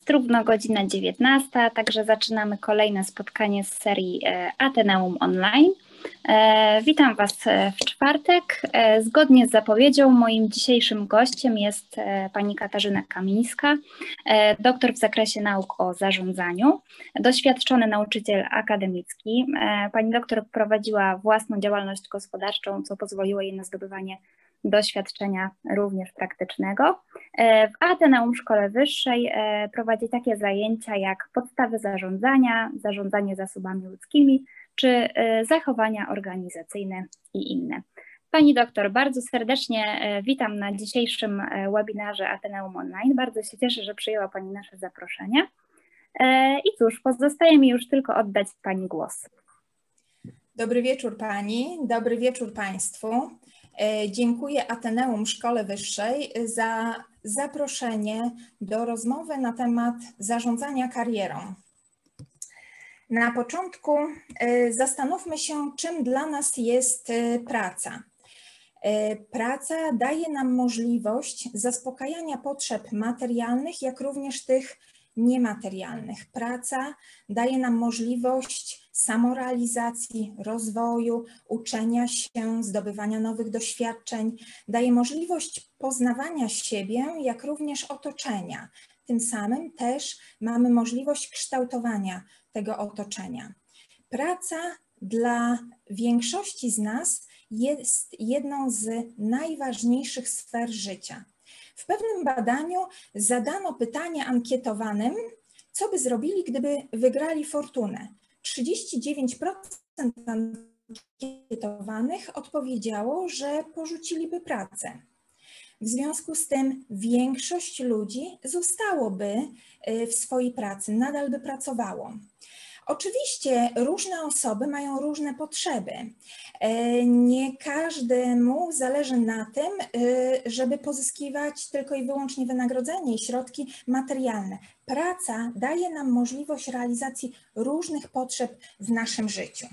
Jest równo godzina 19, także zaczynamy kolejne spotkanie z serii Ateneum Online. Witam Was w czwartek. Zgodnie z zapowiedzią moim dzisiejszym gościem jest pani Katarzyna Kamińska, doktor w zakresie nauk o zarządzaniu, doświadczony nauczyciel akademicki. Pani doktor prowadziła własną działalność gospodarczą, co pozwoliło jej na zdobywanie doświadczenia również praktycznego. W Ateneum Szkole Wyższej prowadzi takie zajęcia jak podstawy zarządzania, zarządzanie zasobami ludzkimi, czy zachowania organizacyjne i inne. Pani doktor, bardzo serdecznie witam na dzisiejszym webinarze Ateneum Online. Bardzo się cieszę, że przyjęła Pani nasze zaproszenie. I cóż, pozostaje mi już tylko oddać Pani głos. Dobry wieczór Pani, dobry wieczór Państwu. Dziękuję Ateneum Szkole Wyższej za zaproszenie do rozmowy na temat zarządzania karierą. Na początku zastanówmy się, czym dla nas jest praca. Praca daje nam możliwość zaspokajania potrzeb materialnych, jak również tych niematerialnych. Praca daje nam możliwość samorealizacji, rozwoju, uczenia się, zdobywania nowych doświadczeń, daje możliwość poznawania siebie, jak również otoczenia. Tym samym też mamy możliwość kształtowania tego otoczenia. Praca dla większości z nas jest jedną z najważniejszych sfer życia. W pewnym badaniu zadano pytanie ankietowanym, co by zrobili, gdyby wygrali fortunę. 39% ankietowanych odpowiedziało, że porzuciliby pracę. W związku z tym większość ludzi zostałoby w swojej pracy, nadal by pracowało. Oczywiście różne osoby mają różne potrzeby. Nie każdemu zależy na tym, żeby pozyskiwać tylko i wyłącznie wynagrodzenie i środki materialne. Praca daje nam możliwość realizacji różnych potrzeb w naszym życiu.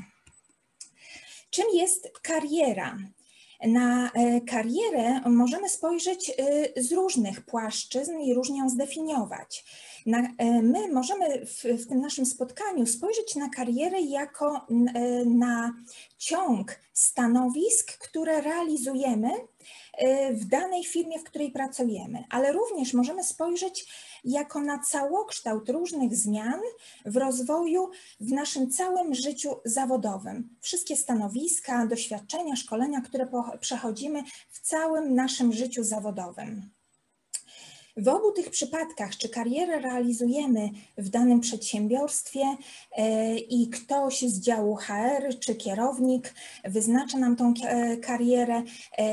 Czym jest kariera? Na karierę możemy spojrzeć z różnych płaszczyzn i różnie ją zdefiniować. My możemy w tym naszym spotkaniu spojrzeć na karierę jako na ciąg stanowisk, które realizujemy w danej firmie, w której pracujemy, ale również możemy spojrzeć jako na całokształt różnych zmian w rozwoju w naszym całym życiu zawodowym. Wszystkie stanowiska, doświadczenia, szkolenia, które przechodzimy w całym naszym życiu zawodowym. W obu tych przypadkach, czy karierę realizujemy w danym przedsiębiorstwie i ktoś z działu HR, czy kierownik wyznacza nam tą karierę,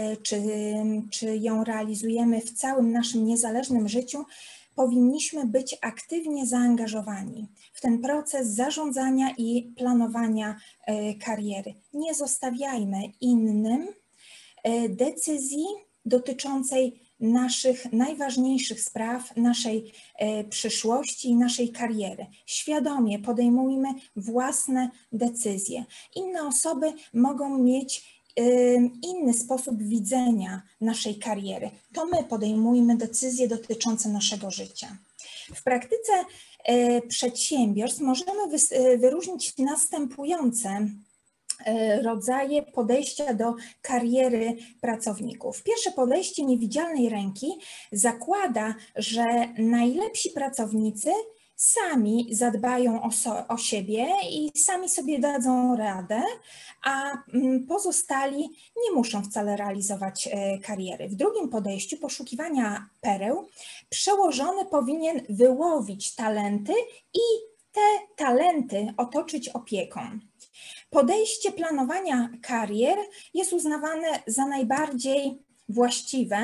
czy ją realizujemy w całym naszym niezależnym życiu, powinniśmy być aktywnie zaangażowani w ten proces zarządzania i planowania kariery. Nie zostawiajmy innym decyzji dotyczącej naszych najważniejszych spraw, naszej przyszłości i naszej kariery. Świadomie podejmujmy własne decyzje. Inne osoby mogą mieć inny sposób widzenia naszej kariery. To my podejmujmy decyzje dotyczące naszego życia. W praktyce przedsiębiorstw możemy wyróżnić następujące rodzaje podejścia do kariery pracowników. Pierwsze podejście niewidzialnej ręki zakłada, że najlepsi pracownicy sami zadbają o siebie i sami sobie dadzą radę, a pozostali nie muszą wcale realizować kariery. W drugim podejściu poszukiwania pereł przełożony powinien wyłowić talenty i te talenty otoczyć opieką. Podejście planowania karier jest uznawane za najbardziej właściwe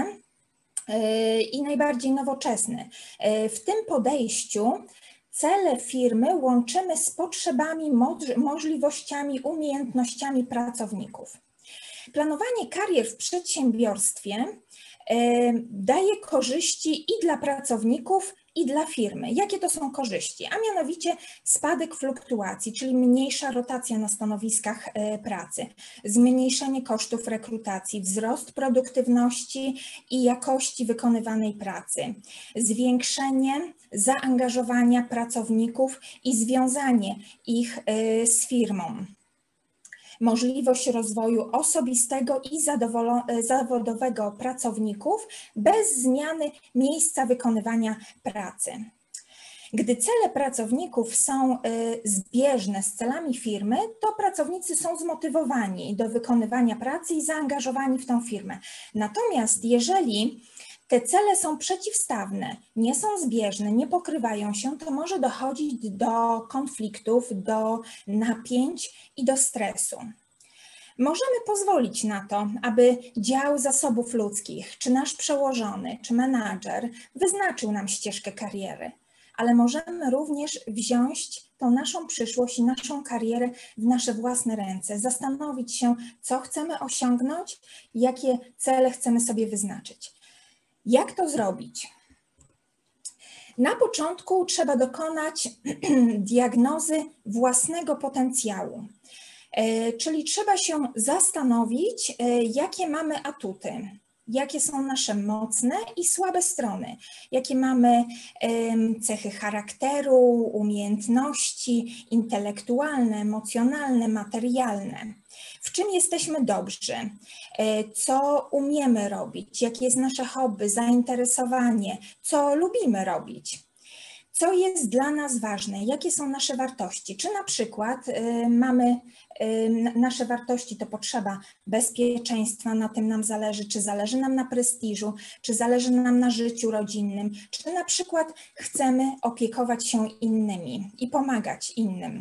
i najbardziej nowoczesne. W tym podejściu cele firmy łączymy z potrzebami, możliwościami, umiejętnościami pracowników. Planowanie karier w przedsiębiorstwie daje korzyści i dla pracowników, i dla firmy. Jakie to są korzyści? A mianowicie spadek fluktuacji, czyli mniejsza rotacja na stanowiskach pracy, zmniejszenie kosztów rekrutacji, wzrost produktywności i jakości wykonywanej pracy, zwiększenie zaangażowania pracowników i związanie ich z firmą, możliwość rozwoju osobistego i zawodowego pracowników bez zmiany miejsca wykonywania pracy. Gdy cele pracowników są zbieżne z celami firmy, to pracownicy są zmotywowani do wykonywania pracy i zaangażowani w tą firmę. Natomiast jeżeli te cele są przeciwstawne, nie są zbieżne, nie pokrywają się, to może dochodzić do konfliktów, do napięć i do stresu. Możemy pozwolić na to, aby dział zasobów ludzkich, czy nasz przełożony, czy menadżer wyznaczył nam ścieżkę kariery, ale możemy również wziąć tą naszą przyszłość i naszą karierę w nasze własne ręce, zastanowić się, co chcemy osiągnąć, jakie cele chcemy sobie wyznaczyć. Jak to zrobić? Na początku trzeba dokonać diagnozy własnego potencjału, czyli trzeba się zastanowić, jakie mamy atuty, jakie są nasze mocne i słabe strony, jakie mamy cechy charakteru, umiejętności intelektualne, emocjonalne, materialne. W czym jesteśmy dobrzy, co umiemy robić, jakie jest nasze hobby, zainteresowanie, co lubimy robić, co jest dla nas ważne, jakie są nasze wartości. Czy na przykład mamy nasze wartości to potrzeba bezpieczeństwa, na tym nam zależy, czy zależy nam na prestiżu, czy zależy nam na życiu rodzinnym, czy na przykład chcemy opiekować się innymi i pomagać innym.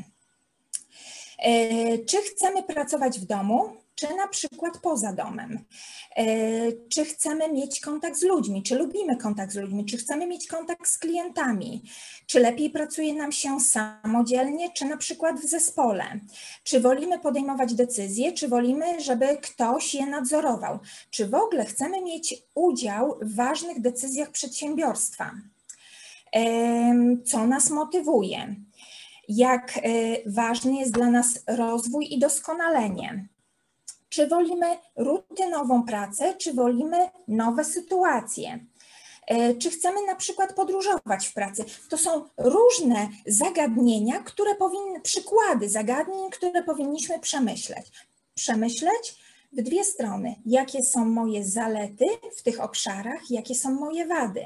Czy chcemy pracować w domu, czy na przykład poza domem? Czy chcemy mieć kontakt z ludźmi, czy lubimy kontakt z ludźmi, czy chcemy mieć kontakt z klientami? Czy lepiej pracuje nam się samodzielnie, czy na przykład w zespole? Czy wolimy podejmować decyzje, czy wolimy, żeby ktoś je nadzorował? Czy w ogóle chcemy mieć udział w ważnych decyzjach przedsiębiorstwa? Co nas motywuje? Jak ważny jest dla nas rozwój i doskonalenie? Czy wolimy rutynową pracę, czy wolimy nowe sytuacje? Czy chcemy na przykład podróżować w pracy? To są różne zagadnienia, przykłady zagadnień, które powinniśmy przemyśleć. Przemyśleć w dwie strony, jakie są moje zalety w tych obszarach, jakie są moje wady.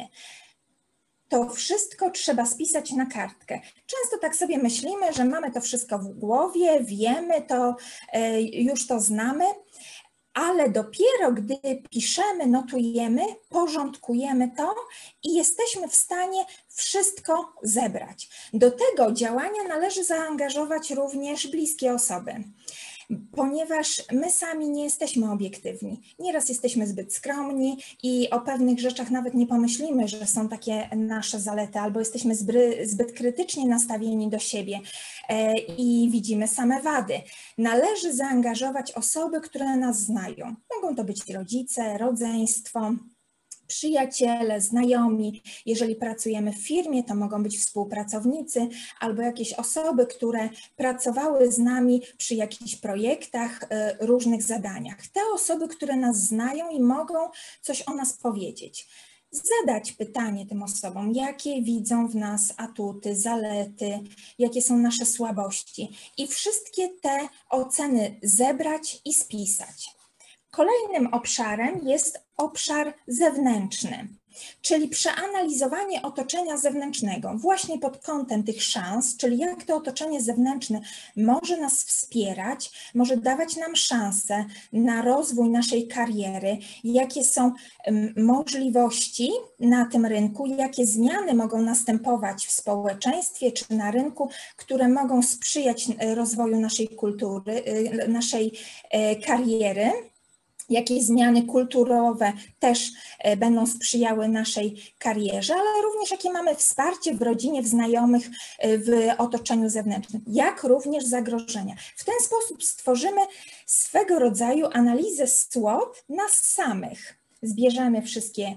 To wszystko trzeba spisać na kartkę. Często tak sobie myślimy, że mamy to wszystko w głowie, wiemy to, już to znamy, ale dopiero gdy piszemy, notujemy, porządkujemy to i jesteśmy w stanie wszystko zebrać. Do tego działania należy zaangażować również bliskie osoby, ponieważ my sami nie jesteśmy obiektywni. Nieraz jesteśmy zbyt skromni i o pewnych rzeczach nawet nie pomyślimy, że są takie nasze zalety, albo jesteśmy zbyt krytycznie nastawieni do siebie i widzimy same wady. Należy zaangażować osoby, które nas znają. Mogą to być rodzice, rodzeństwo, przyjaciele, znajomi. Jeżeli pracujemy w firmie, to mogą być współpracownicy albo jakieś osoby, które pracowały z nami przy jakichś projektach, różnych zadaniach. Te osoby, które nas znają i mogą coś o nas powiedzieć. Zadać pytanie tym osobom, jakie widzą w nas atuty, zalety, jakie są nasze słabości i wszystkie te oceny zebrać i spisać. Kolejnym obszarem jest obszar zewnętrzny, czyli przeanalizowanie otoczenia zewnętrznego właśnie pod kątem tych szans, czyli jak to otoczenie zewnętrzne może nas wspierać, może dawać nam szansę na rozwój naszej kariery, jakie są możliwości na tym rynku, jakie zmiany mogą następować w społeczeństwie czy na rynku, które mogą sprzyjać rozwoju naszej kultury, naszej kariery. Jakie zmiany kulturowe też będą sprzyjały naszej karierze, ale również jakie mamy wsparcie w rodzinie, w znajomych, w otoczeniu zewnętrznym, jak również zagrożenia. W ten sposób stworzymy swego rodzaju analizę SWOT nas samych. Zbierzemy wszystkie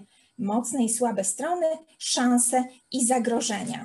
mocne i słabe strony, szanse i zagrożenia.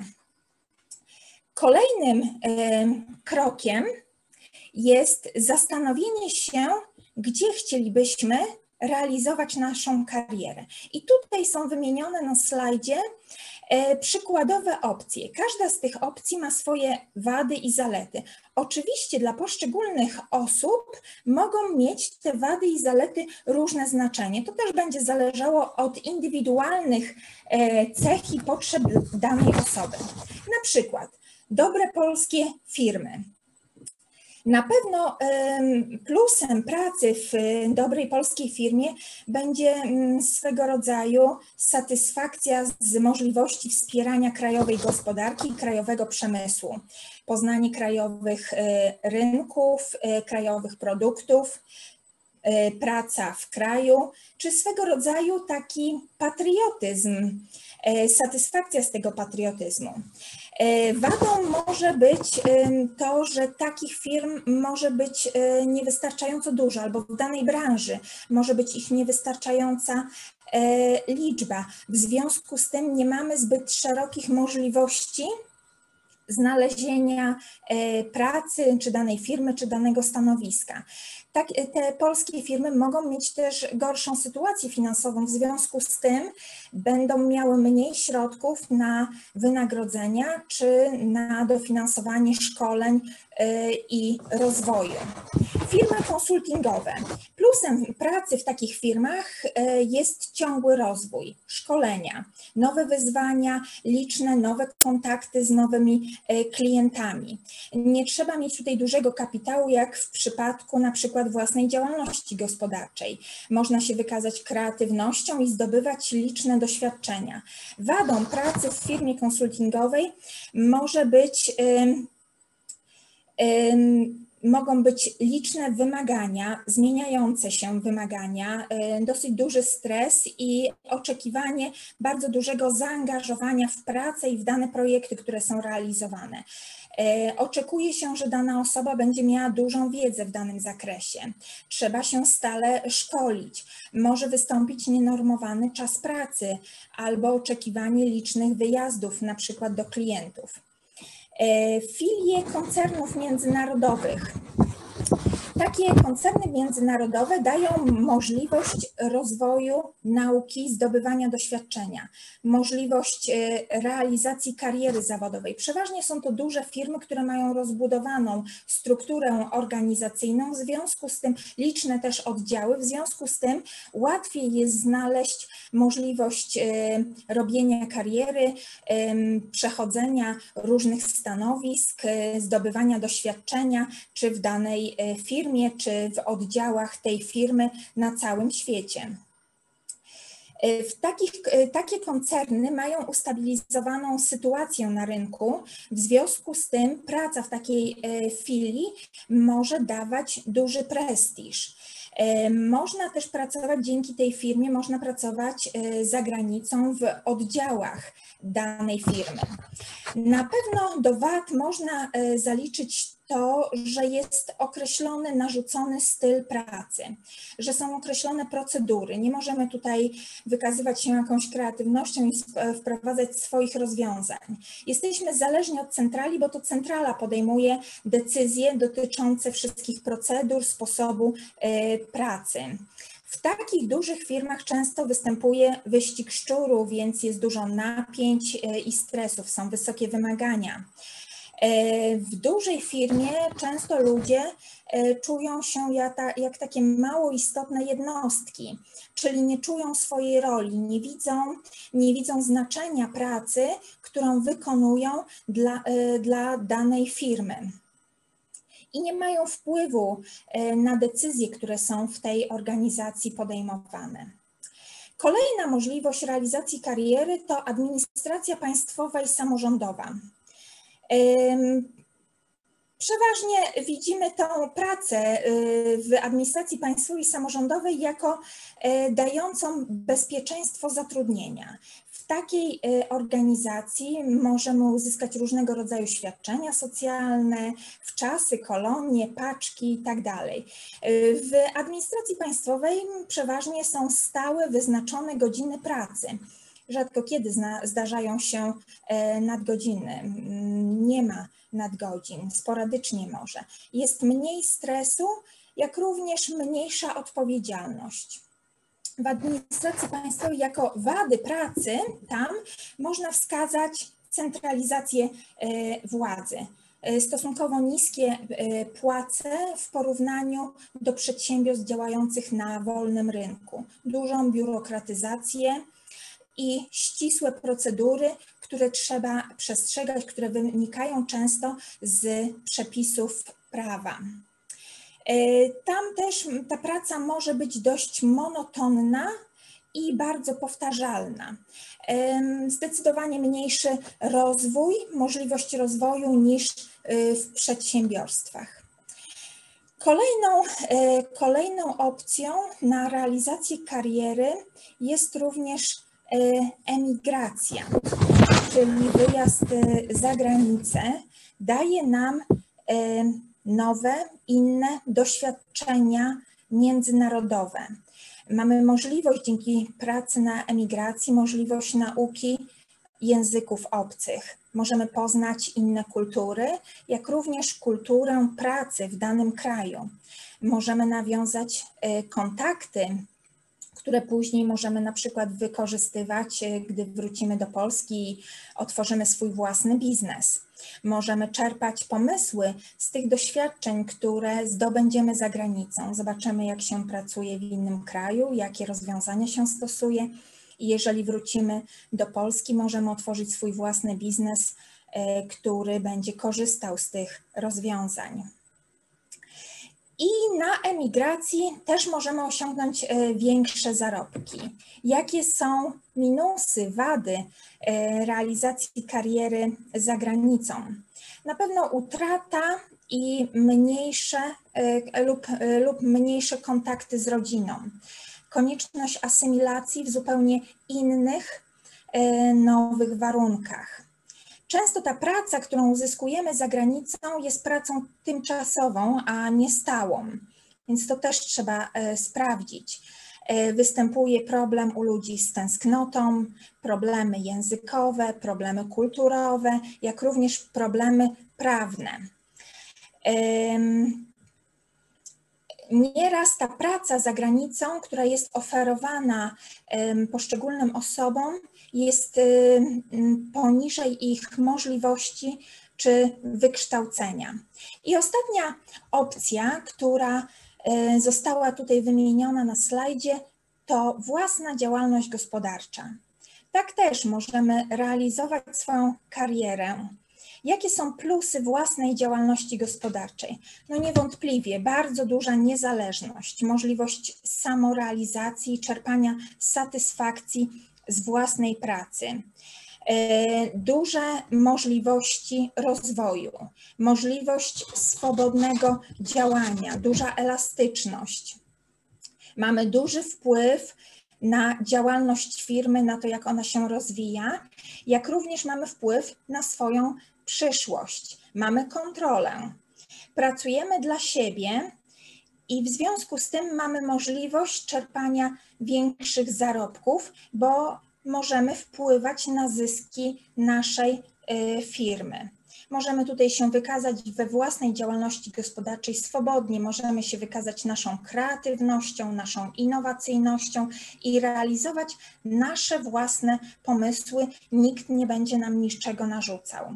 Kolejnym krokiem jest zastanowienie się, gdzie chcielibyśmy realizować naszą karierę. I tutaj są wymienione na slajdzie przykładowe opcje. Każda z tych opcji ma swoje wady i zalety. Oczywiście dla poszczególnych osób mogą mieć te wady i zalety różne znaczenie. To też będzie zależało od indywidualnych cech i potrzeb danej osoby. Na przykład dobre polskie firmy. Na pewno plusem pracy w dobrej polskiej firmie będzie swego rodzaju satysfakcja z możliwości wspierania krajowej gospodarki i krajowego przemysłu, poznanie krajowych rynków, krajowych produktów, praca w kraju, czy swego rodzaju taki patriotyzm, satysfakcja z tego patriotyzmu. Wadą może być to, że takich firm może być niewystarczająco dużo, albo w danej branży może być ich niewystarczająca liczba. W związku z tym nie mamy zbyt szerokich możliwości znalezienia pracy, czy danej firmy, czy danego stanowiska. Tak, te polskie firmy mogą mieć też gorszą sytuację finansową, w związku z tym będą miały mniej środków na wynagrodzenia, czy na dofinansowanie szkoleń i rozwoju. Firmy konsultingowe. Plusem pracy w takich firmach jest ciągły rozwój, szkolenia, nowe wyzwania, liczne nowe kontakty z nowymi klientami. Nie trzeba mieć tutaj dużego kapitału, jak w przypadku na przykład własnej działalności gospodarczej. Można się wykazać kreatywnością i zdobywać liczne doświadczenia. Wadą pracy w firmie konsultingowej mogą być liczne wymagania, zmieniające się wymagania, dosyć duży stres i oczekiwanie bardzo dużego zaangażowania w pracę i w dane projekty, które są realizowane. Oczekuje się, że dana osoba będzie miała dużą wiedzę w danym zakresie. Trzeba się stale szkolić. Może wystąpić nienormowany czas pracy albo oczekiwanie licznych wyjazdów, na przykład do klientów. Filie koncernów międzynarodowych. Takie koncerny międzynarodowe dają możliwość rozwoju nauki, zdobywania doświadczenia, możliwość realizacji kariery zawodowej. Przeważnie są to duże firmy, które mają rozbudowaną strukturę organizacyjną, w związku z tym liczne też oddziały, w związku z tym łatwiej jest znaleźć możliwość robienia kariery, przechodzenia różnych stanowisk, zdobywania doświadczenia, czy w danej firmie, czy w oddziałach tej firmy na całym świecie. Takie koncerny mają ustabilizowaną sytuację na rynku, w związku z tym praca w takiej filii może dawać duży prestiż. Można też pracować dzięki tej firmie, można pracować za granicą w oddziałach danej firmy. Na pewno do wad można zaliczyć to, że jest określony, narzucony styl pracy, że są określone procedury. Nie możemy tutaj wykazywać się jakąś kreatywnością i wprowadzać swoich rozwiązań. Jesteśmy zależni od centrali, bo to centrala podejmuje decyzje dotyczące wszystkich procedur, sposobu pracy. W takich dużych firmach często występuje wyścig szczurów, więc jest dużo napięć i stresów, są wysokie wymagania. W dużej firmie często ludzie czują się jak takie mało istotne jednostki, czyli nie czują swojej roli, nie widzą znaczenia pracy, którą wykonują dla danej firmy. I nie mają wpływu na decyzje, które są w tej organizacji podejmowane. Kolejna możliwość realizacji kariery to administracja państwowa i samorządowa. Przeważnie widzimy tą pracę w administracji państwowej i samorządowej jako dającą bezpieczeństwo zatrudnienia. W takiej organizacji możemy uzyskać różnego rodzaju świadczenia socjalne, wczasy, kolonie, paczki itd. W administracji państwowej przeważnie są stałe, wyznaczone godziny pracy. Rzadko kiedy zdarzają się nadgodziny, nie ma nadgodzin, sporadycznie może. Jest mniej stresu, jak również mniejsza odpowiedzialność. W administracji państwowej jako wady pracy tam można wskazać centralizację władzy. Stosunkowo niskie płace w porównaniu do przedsiębiorstw działających na wolnym rynku. Dużą biurokratyzację i ścisłe procedury, które trzeba przestrzegać, które wynikają często z przepisów prawa. Tam też ta praca może być dość monotonna i bardzo powtarzalna. Zdecydowanie mniejszy rozwój, możliwość rozwoju niż w przedsiębiorstwach. Kolejną opcją na realizację kariery jest również emigracja, czyli wyjazd za granicę. Daje nam nowe, inne doświadczenia międzynarodowe. Mamy możliwość dzięki pracy na emigracji, możliwość nauki języków obcych. Możemy poznać inne kultury, jak również kulturę pracy w danym kraju. Możemy nawiązać kontakty, które później możemy na przykład wykorzystywać, gdy wrócimy do Polski i otworzymy swój własny biznes. Możemy czerpać pomysły z tych doświadczeń, które zdobędziemy za granicą. Zobaczymy, jak się pracuje w innym kraju, jakie rozwiązania się stosuje. I jeżeli wrócimy do Polski, możemy otworzyć swój własny biznes, który będzie korzystał z tych rozwiązań. I na emigracji też możemy osiągnąć większe zarobki. Jakie są minusy, wady realizacji kariery za granicą? Na pewno utrata i mniejsze kontakty z rodziną. Konieczność asymilacji w zupełnie innych, nowych warunkach. Często ta praca, którą uzyskujemy za granicą, jest pracą tymczasową, a nie stałą, więc to też trzeba sprawdzić. Występuje problem u ludzi z tęsknotą, problemy językowe, problemy kulturowe, jak również problemy prawne. Nieraz ta praca za granicą, która jest oferowana poszczególnym osobom, jest poniżej ich możliwości czy wykształcenia. I ostatnia opcja, która została tutaj wymieniona na slajdzie, to własna działalność gospodarcza. Tak też możemy realizować swoją karierę. Jakie są plusy własnej działalności gospodarczej? No niewątpliwie bardzo duża niezależność, możliwość samorealizacji, czerpania satysfakcji z własnej pracy, duże możliwości rozwoju, możliwość swobodnego działania, duża elastyczność. Mamy duży wpływ na działalność firmy, na to, jak ona się rozwija, jak również mamy wpływ na swoją przyszłość. Mamy kontrolę. Pracujemy dla siebie i w związku z tym mamy możliwość czerpania większych zarobków, bo możemy wpływać na zyski naszej firmy. Możemy tutaj się wykazać we własnej działalności gospodarczej swobodnie, możemy się wykazać naszą kreatywnością, naszą innowacyjnością i realizować nasze własne pomysły. Nikt nie będzie nam niczego narzucał.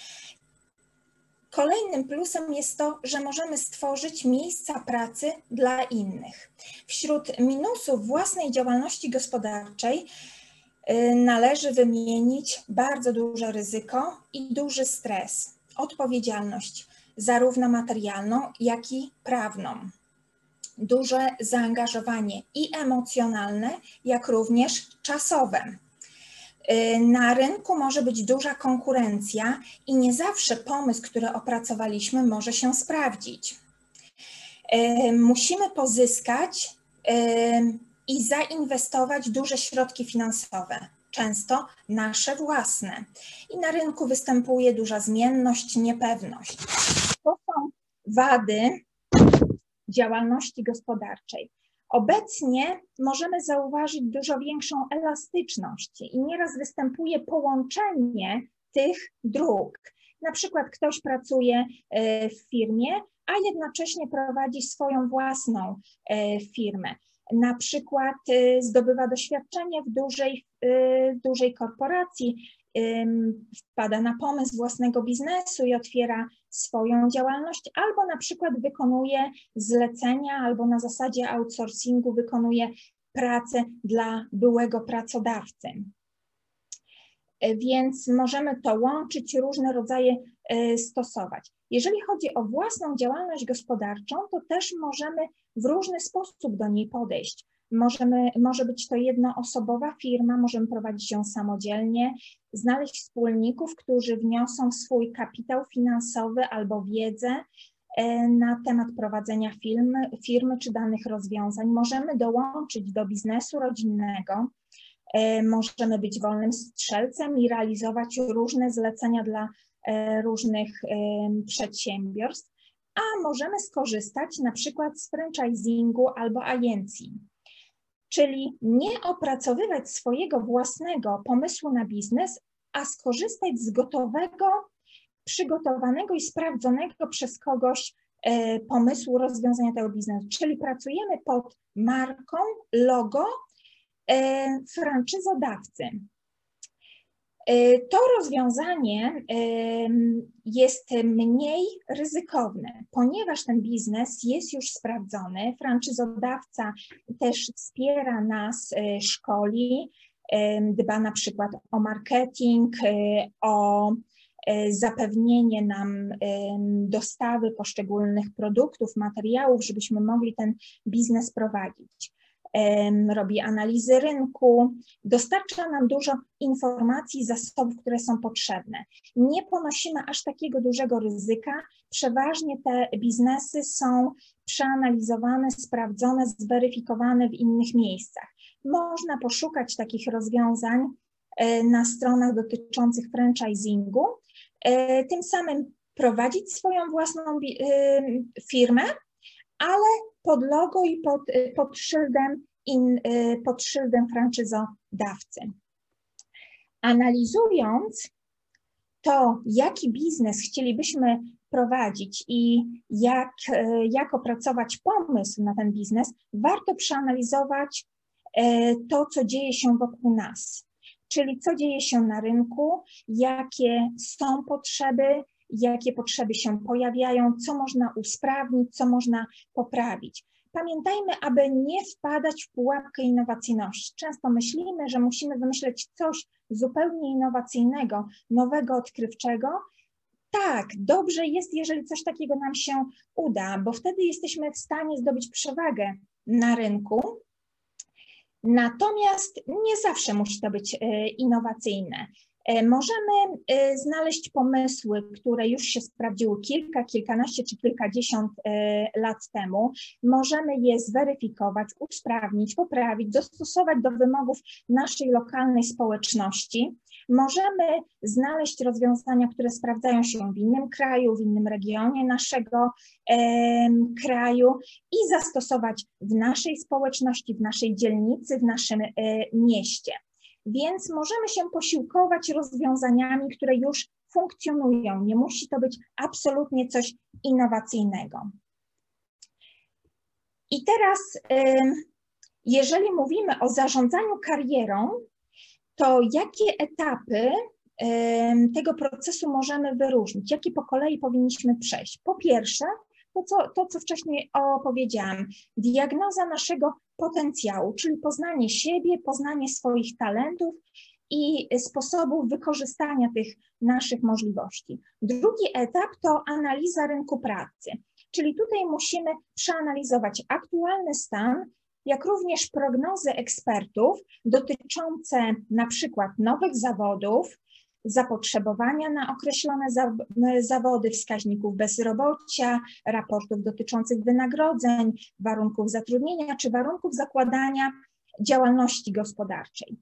Kolejnym plusem jest to, że możemy stworzyć miejsca pracy dla innych. Wśród minusów własnej działalności gospodarczej należy wymienić bardzo duże ryzyko i duży stres, odpowiedzialność zarówno materialną, jak i prawną. Duże zaangażowanie i emocjonalne, jak również czasowe. Na rynku może być duża konkurencja i nie zawsze pomysł, który opracowaliśmy, może się sprawdzić. Musimy pozyskać i zainwestować duże środki finansowe. często nasze własne. I na rynku występuje duża zmienność, niepewność. To są wady działalności gospodarczej. Obecnie możemy zauważyć dużo większą elastyczność i nieraz występuje połączenie tych dróg. Na przykład ktoś pracuje w firmie, a jednocześnie prowadzi swoją własną firmę. Na przykład zdobywa doświadczenie w dużej korporacji, wpada na pomysł własnego biznesu i otwiera swoją działalność, albo na przykład wykonuje zlecenia, albo na zasadzie outsourcingu wykonuje pracę dla byłego pracodawcy. Więc możemy to łączyć, różne rodzaje stosować. Jeżeli chodzi o własną działalność gospodarczą, to też możemy w różny sposób do niej podejść. Może być to jednoosobowa firma, możemy prowadzić ją samodzielnie, znaleźć wspólników, którzy wniosą swój kapitał finansowy albo wiedzę na temat prowadzenia firmy czy danych rozwiązań. Możemy dołączyć do biznesu rodzinnego, możemy być wolnym strzelcem i realizować różne zlecenia dla różnych przedsiębiorstw, a możemy skorzystać na przykład z franchisingu albo agencji. Czyli nie opracowywać swojego własnego pomysłu na biznes, a skorzystać z gotowego, przygotowanego i sprawdzonego przez kogoś pomysłu rozwiązania tego biznesu. Czyli pracujemy pod marką, logo franczyzodawcy. To rozwiązanie jest mniej ryzykowne, ponieważ ten biznes jest już sprawdzony. Franczyzodawca też wspiera nas, szkoli, dba na przykład o marketing, o zapewnienie nam dostawy poszczególnych produktów, materiałów, żebyśmy mogli ten biznes prowadzić. Robi analizy rynku, dostarcza nam dużo informacji i zasobów, które są potrzebne. Nie ponosimy aż takiego dużego ryzyka. Przeważnie te biznesy są przeanalizowane, sprawdzone, zweryfikowane w innych miejscach. Można poszukać takich rozwiązań na stronach dotyczących franchisingu, tym samym prowadzić swoją własną firmę, ale pod logo i pod szyldem franczyzodawcy. Analizując to, jaki biznes chcielibyśmy prowadzić i jak opracować pomysł na ten biznes, warto przeanalizować to, co dzieje się wokół nas, czyli co dzieje się na rynku, jakie są potrzeby, jakie potrzeby się pojawiają, co można usprawnić, co można poprawić. Pamiętajmy, aby nie wpadać w pułapkę innowacyjności. Często myślimy, że musimy wymyśleć coś zupełnie innowacyjnego, nowego, odkrywczego. Tak, dobrze jest, jeżeli coś takiego nam się uda, bo wtedy jesteśmy w stanie zdobyć przewagę na rynku. Natomiast nie zawsze musi to być innowacyjne. Możemy znaleźć pomysły, które już się sprawdziły kilkanaście czy kilkadziesiąt lat temu. Możemy je zweryfikować, usprawnić, poprawić, dostosować do wymogów naszej lokalnej społeczności. Możemy znaleźć rozwiązania, które sprawdzają się w innym kraju, w innym regionie naszego kraju i zastosować w naszej społeczności, w naszej dzielnicy, w naszym mieście. Więc możemy się posiłkować rozwiązaniami, które już funkcjonują. Nie musi to być absolutnie coś innowacyjnego. I teraz, jeżeli mówimy o zarządzaniu karierą, to jakie etapy tego procesu możemy wyróżnić? Jakie po kolei powinniśmy przejść? Po pierwsze, to co wcześniej opowiedziałam, diagnoza naszego potencjału, czyli poznanie siebie, poznanie swoich talentów i sposobów wykorzystania tych naszych możliwości. Drugi etap to analiza rynku pracy, czyli tutaj musimy przeanalizować aktualny stan, jak również prognozy ekspertów dotyczące na przykład nowych zawodów, zapotrzebowania na określone zawody, wskaźników bezrobocia, raportów dotyczących wynagrodzeń, warunków zatrudnienia czy warunków zakładania działalności gospodarczej.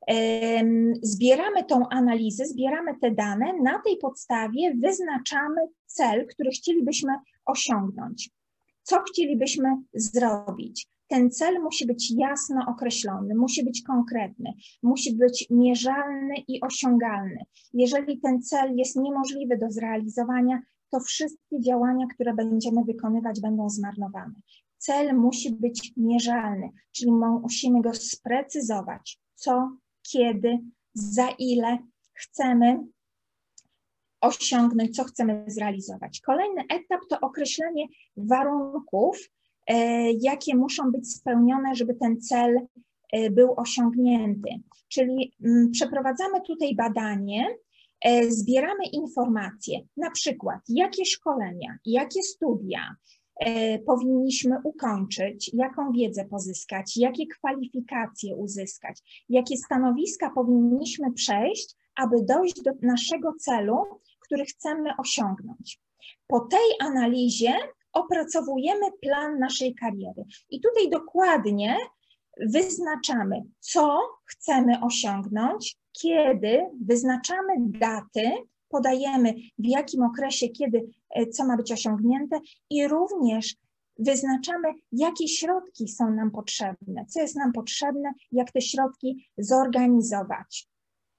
Zbieramy tą analizę, zbieramy te dane, na tej podstawie wyznaczamy cel, który chcielibyśmy osiągnąć. Co chcielibyśmy zrobić? Ten cel musi być jasno określony, musi być konkretny, musi być mierzalny i osiągalny. Jeżeli ten cel jest niemożliwy do zrealizowania, to wszystkie działania, które będziemy wykonywać, będą zmarnowane. Cel musi być mierzalny, czyli musimy go sprecyzować, co, kiedy, za ile chcemy osiągnąć, co chcemy zrealizować. Kolejny etap to określenie warunków, jakie muszą być spełnione, żeby ten cel był osiągnięty. Czyli przeprowadzamy tutaj badanie, zbieramy informacje, na przykład jakie szkolenia, jakie studia powinniśmy ukończyć, jaką wiedzę pozyskać, jakie kwalifikacje uzyskać, jakie stanowiska powinniśmy przejść, aby dojść do naszego celu, który chcemy osiągnąć. Po tej analizie opracowujemy plan naszej kariery i tutaj dokładnie wyznaczamy, co chcemy osiągnąć, kiedy, wyznaczamy daty, podajemy w jakim okresie, kiedy, co ma być osiągnięte i również wyznaczamy, jakie środki są nam potrzebne, co jest nam potrzebne, jak te środki zorganizować.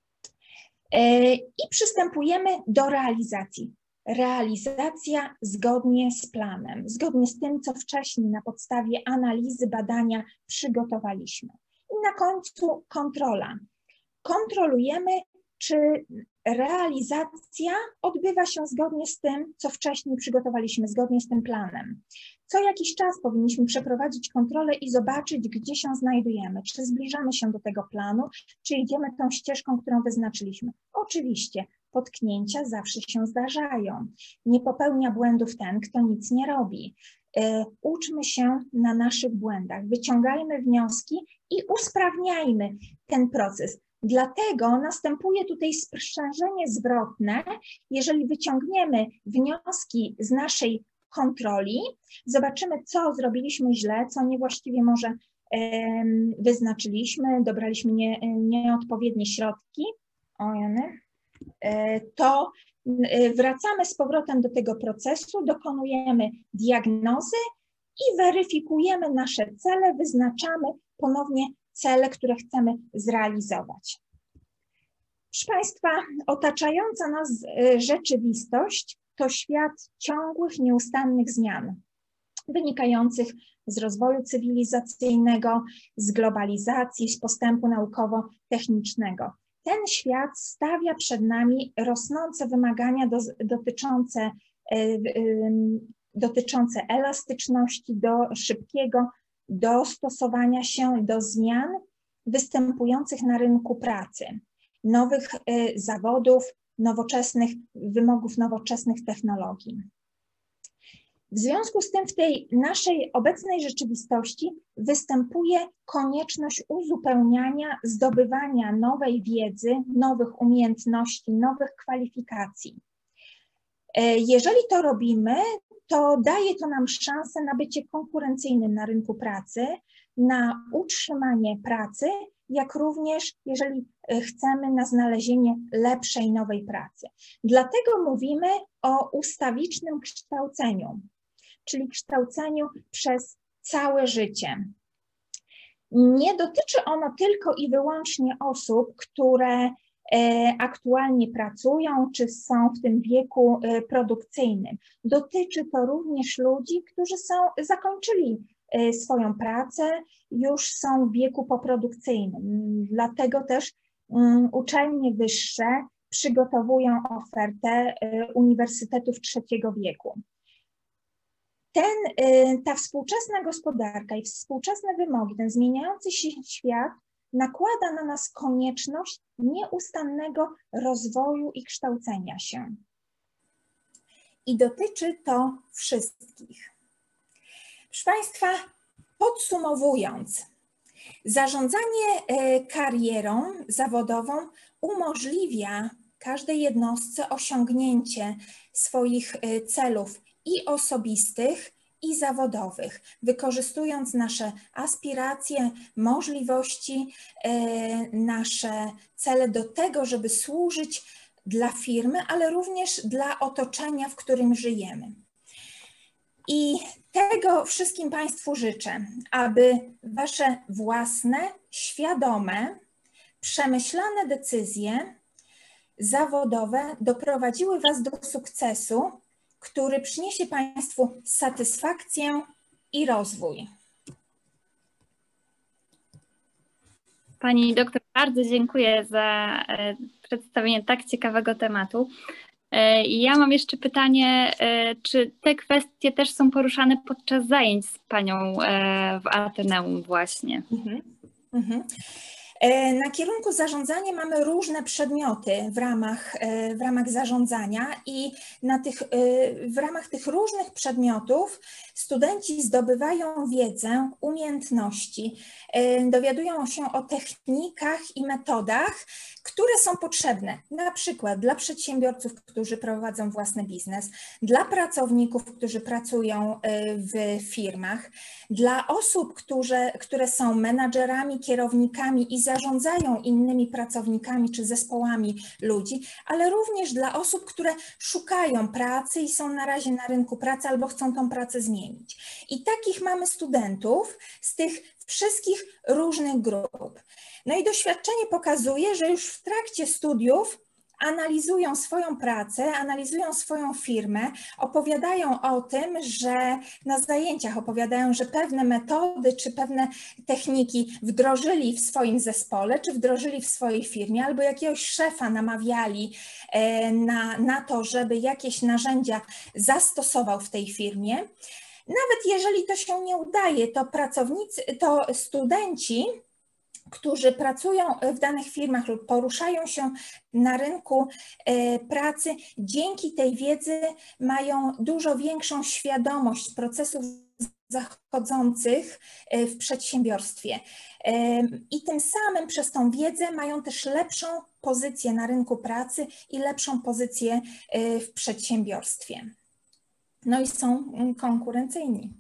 I przystępujemy do realizacji. Realizacja zgodnie z planem, zgodnie z tym, co wcześniej na podstawie analizy badania przygotowaliśmy. I na końcu kontrola. Kontrolujemy, czy realizacja odbywa się zgodnie z tym, co wcześniej przygotowaliśmy, zgodnie z tym planem. Co jakiś czas powinniśmy przeprowadzić kontrolę i zobaczyć, gdzie się znajdujemy, czy zbliżamy się do tego planu, czy idziemy tą ścieżką, którą wyznaczyliśmy. Oczywiście potknięcia zawsze się zdarzają. Nie popełnia błędów ten, kto nic nie robi. Uczmy się na naszych błędach, wyciągajmy wnioski i usprawniajmy ten proces. Dlatego następuje tutaj sprzężenie zwrotne, jeżeli wyciągniemy wnioski z naszej kontroli, zobaczymy, co zrobiliśmy źle, co niewłaściwie może wyznaczyliśmy, dobraliśmy nieodpowiednie środki, to wracamy z powrotem do tego procesu, dokonujemy diagnozy i weryfikujemy nasze cele, wyznaczamy ponownie cele, które chcemy zrealizować. Proszę Państwa, otaczająca nas rzeczywistość to świat ciągłych, nieustannych zmian, wynikających z rozwoju cywilizacyjnego, z globalizacji, z postępu naukowo-technicznego. Ten świat stawia przed nami rosnące wymagania dotyczące elastyczności, do szybkiego dostosowania się do zmian występujących na rynku pracy, nowych zawodów, wymogów nowoczesnych technologii. W związku z tym w tej naszej obecnej rzeczywistości występuje konieczność uzupełniania, zdobywania nowej wiedzy, nowych umiejętności, nowych kwalifikacji. Jeżeli to robimy, to daje to nam szansę na bycie konkurencyjnym na rynku pracy, na utrzymanie pracy, jak również jeżeli chcemy na znalezienie lepszej, nowej pracy. Dlatego mówimy o ustawicznym kształceniu, czyli kształceniu przez całe życie. Nie dotyczy ono tylko i wyłącznie osób, które aktualnie pracują, czy są w tym wieku produkcyjnym. Dotyczy to również ludzi, którzy zakończyli swoją pracę, już są w wieku poprodukcyjnym. Dlatego też uczelnie wyższe przygotowują ofertę uniwersytetów trzeciego wieku. Ta współczesna gospodarka i współczesne wymogi, ten zmieniający się świat nakłada na nas konieczność nieustannego rozwoju i kształcenia się. I dotyczy to wszystkich. Proszę Państwa, podsumowując, zarządzanie karierą zawodową umożliwia każdej jednostce osiągnięcie swoich celów i osobistych, i zawodowych, wykorzystując nasze aspiracje, możliwości, nasze cele do tego, żeby służyć dla firmy, ale również dla otoczenia, w którym żyjemy. I tego wszystkim Państwu życzę, aby Wasze własne, świadome, przemyślane decyzje zawodowe doprowadziły Was do sukcesu, który przyniesie Państwu satysfakcję i rozwój. Pani doktor, bardzo dziękuję za przedstawienie tak ciekawego tematu. Ja mam jeszcze pytanie, czy te kwestie też są poruszane podczas zajęć z Panią w Ateneum właśnie? Na kierunku zarządzania mamy różne przedmioty w ramach zarządzania i w ramach tych różnych przedmiotów studenci zdobywają wiedzę, umiejętności, dowiadują się o technikach i metodach, które są potrzebne na przykład dla przedsiębiorców, którzy prowadzą własny biznes, dla pracowników, którzy pracują w firmach, dla osób, które są menadżerami, kierownikami i zarządzają innymi pracownikami czy zespołami ludzi, ale również dla osób, które szukają pracy i są na razie na rynku pracy albo chcą tą pracę zmienić. I takich mamy studentów z tych wszystkich różnych grup. No i doświadczenie pokazuje, że już w trakcie studiów analizują swoją pracę, analizują swoją firmę, opowiadają o tym, że na zajęciach opowiadają, że pewne metody czy pewne techniki wdrożyli w swoim zespole, czy wdrożyli w swojej firmie, albo jakiegoś szefa namawiali na to, żeby jakieś narzędzia zastosował w tej firmie. Nawet jeżeli to się nie udaje, to studenci, którzy pracują w danych firmach lub poruszają się na rynku pracy, dzięki tej wiedzy mają dużo większą świadomość procesów zachodzących w przedsiębiorstwie. I tym samym przez tą wiedzę mają też lepszą pozycję na rynku pracy i lepszą pozycję w przedsiębiorstwie. No i są konkurencyjni.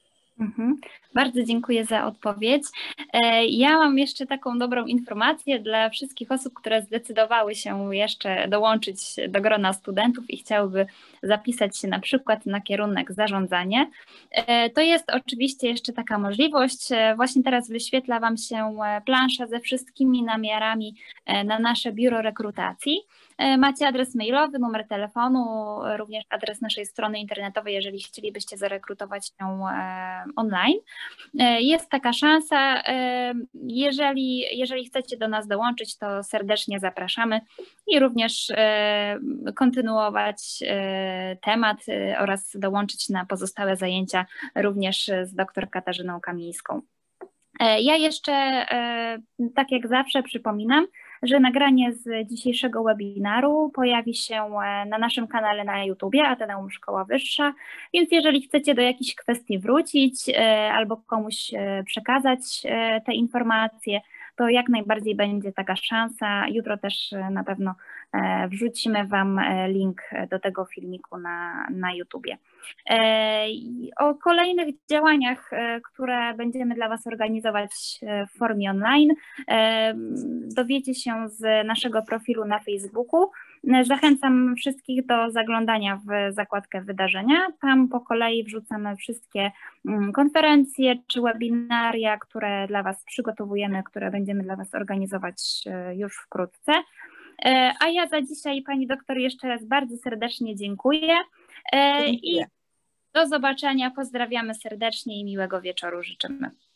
Bardzo dziękuję za odpowiedź. Ja mam jeszcze taką dobrą informację dla wszystkich osób, które zdecydowały się jeszcze dołączyć do grona studentów i chciałyby zapisać się na przykład na kierunek zarządzanie. To jest oczywiście jeszcze taka możliwość. Właśnie teraz wyświetla Wam się plansza ze wszystkimi namiarami na nasze biuro rekrutacji. Macie adres mailowy, numer telefonu, również adres naszej strony internetowej, jeżeli chcielibyście zarekrutować się online. Jest taka szansa, jeżeli chcecie do nas dołączyć, to serdecznie zapraszamy i również kontynuować temat oraz dołączyć na pozostałe zajęcia również z dr Katarzyną Kamińską. Ja jeszcze, tak jak zawsze, przypominam, że nagranie z dzisiejszego webinaru pojawi się na naszym kanale na YouTubie Ateneum Szkoła Wyższa, więc jeżeli chcecie do jakichś kwestii wrócić albo komuś przekazać te informacje, to jak najbardziej będzie taka szansa. Jutro też na pewno wrzucimy Wam link do tego filmiku na YouTubie. O kolejnych działaniach, które będziemy dla Was organizować w formie online, dowiecie się z naszego profilu na Facebooku. Zachęcam wszystkich do zaglądania w zakładkę wydarzenia. Tam po kolei wrzucamy wszystkie konferencje czy webinaria, które dla Was przygotowujemy, które będziemy dla Was organizować już wkrótce. A ja za dzisiaj Pani doktor jeszcze raz bardzo serdecznie dziękuję. I do zobaczenia, pozdrawiamy serdecznie i miłego wieczoru życzymy.